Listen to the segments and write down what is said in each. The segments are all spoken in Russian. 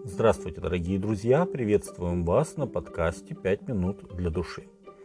Здравствуйте, дорогие друзья! Приветствуем вас на подкасте «5 минут для души».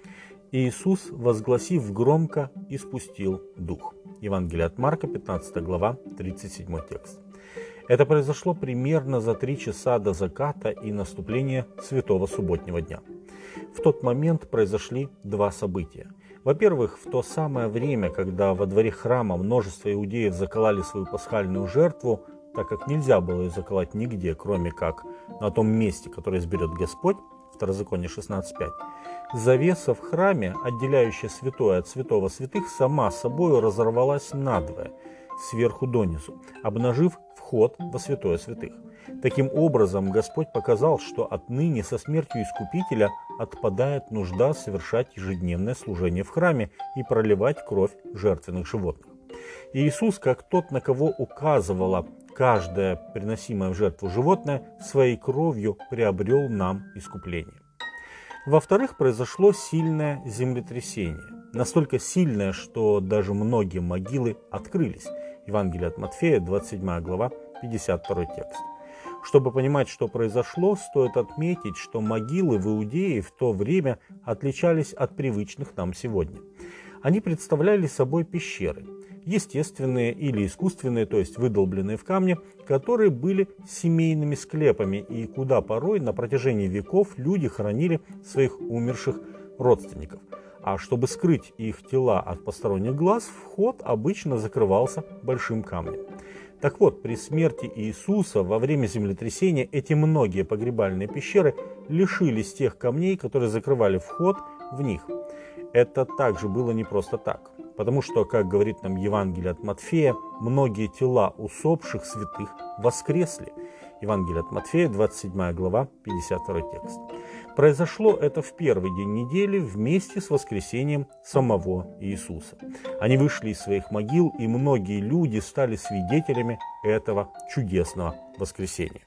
Иисус, возгласив громко, испустил дух. Евангелие от Марка, 15 глава, 37 текст. Это произошло примерно за 3 часа до заката и наступления Святого Субботнего дня. В тот момент произошли два события. Во-первых, в то самое время, когда во дворе храма множество иудеев закололи свою пасхальную жертву, так как нельзя было ее заколоть нигде, кроме как на том месте, которое изберет Господь, Второзаконие 16.5, завеса в храме, отделяющая святое от святого святых, сама собою разорвалась надвое, сверху донизу, обнажив вход во святое святых. Таким образом, Господь показал, что отныне со смертью Искупителя отпадает нужда совершать ежедневное служение в храме и проливать кровь жертвенных животных. И Иисус, как тот, на кого указывала каждое приносимое в жертву животное, своей кровью приобрел нам искупление. Во-вторых, произошло сильное землетрясение. Настолько сильное, что даже многие могилы открылись. Евангелие от Матфея, 27 глава, 52 текст. Чтобы понимать, что произошло, стоит отметить, что могилы в Иудее в то время отличались от привычных нам сегодня. Они представляли собой пещеры, естественные или искусственные, то есть выдолбленные в камне, которые были семейными склепами и куда порой на протяжении веков люди хоронили своих умерших родственников. А чтобы скрыть их тела от посторонних глаз, вход обычно закрывался большим камнем. Так вот, при смерти Иисуса во время землетрясения эти многие погребальные пещеры лишились тех камней, которые закрывали вход в них. Это также было не просто так, потому что, как говорит нам Евангелие от Матфея, многие тела усопших святых воскресли. Евангелие от Матфея, 27 глава, 52 текст. Произошло это в первый день недели вместе с воскресением самого Иисуса. Они вышли из своих могил, и многие люди стали свидетелями этого чудесного воскресения.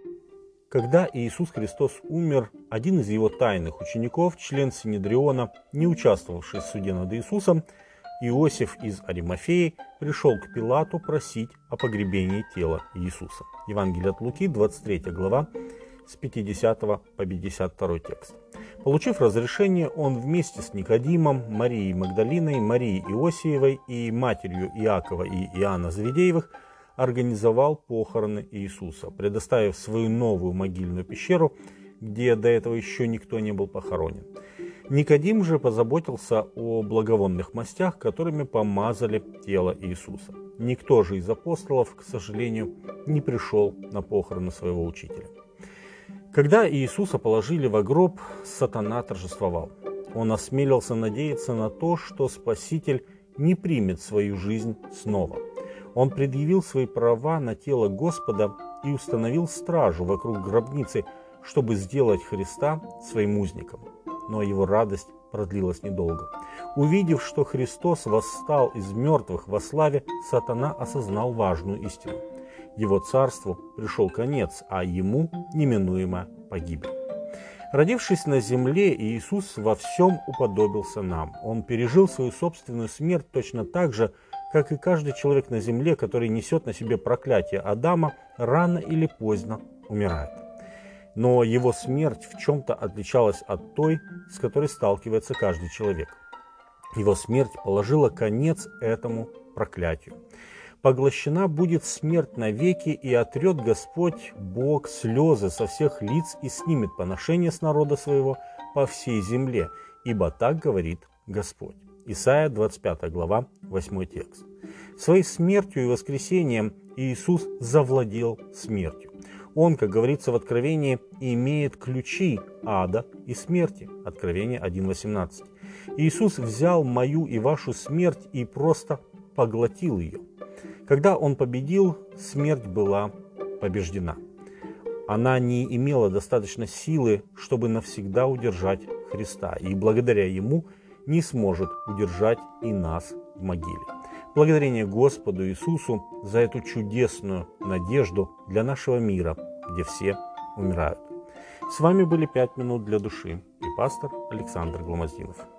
Когда Иисус Христос умер, один из его тайных учеников, член Синедриона, не участвовавший в суде над Иисусом, Иосиф из Аримафеи, пришел к Пилату просить о погребении тела Иисуса. Евангелие от Луки, 23 глава, с 50 по 52 текст. Получив разрешение, он вместе с Никодимом, Марией Магдалиной, Марией Иосиевой и матерью Иакова и Иоанна Завидеевых организовал похороны Иисуса, предоставив свою новую могильную пещеру, где до этого еще никто не был похоронен. Никодим же позаботился о благовонных мастях, которыми помазали тело Иисуса. Никто же из апостолов, к сожалению, не пришел на похороны своего учителя. Когда Иисуса положили во гроб, сатана торжествовал. Он осмелился надеяться на то, что Спаситель не примет свою жизнь снова. Он предъявил свои права на тело Господа и установил стражу вокруг гробницы, чтобы сделать Христа своим узником. Но его радость продлилась недолго. Увидев, что Христос восстал из мертвых во славе, сатана осознал важную истину. Его царству пришел конец, а ему неминуемая погибель. Родившись на земле, Иисус во всем уподобился нам. Он пережил свою собственную смерть точно так же, как и каждый человек на земле, который несет на себе проклятие Адама, рано или поздно умирает. Но его смерть в чем-то отличалась от той, с которой сталкивается каждый человек. Его смерть положила конец этому проклятию. Поглощена будет смерть навеки, и отрет Господь Бог слезы со всех лиц и снимет поношение с народа своего по всей земле, ибо так говорит Господь. Исайя, 25 глава, 8 текст. Своей смертью и воскресением Иисус завладел смертью. Он, как говорится в Откровении, имеет ключи ада и смерти. Откровение 1.18. Иисус взял мою и вашу смерть и просто поглотил ее. Когда Он победил, смерть была побеждена. Она не имела достаточно силы, чтобы навсегда удержать Христа, и благодаря Ему не сможет удержать и нас в могиле. Благодарение Господу Иисусу за эту чудесную надежду для нашего мира, где все умирают. С вами были 5 минут для души и пастор Александр Гломоздинов.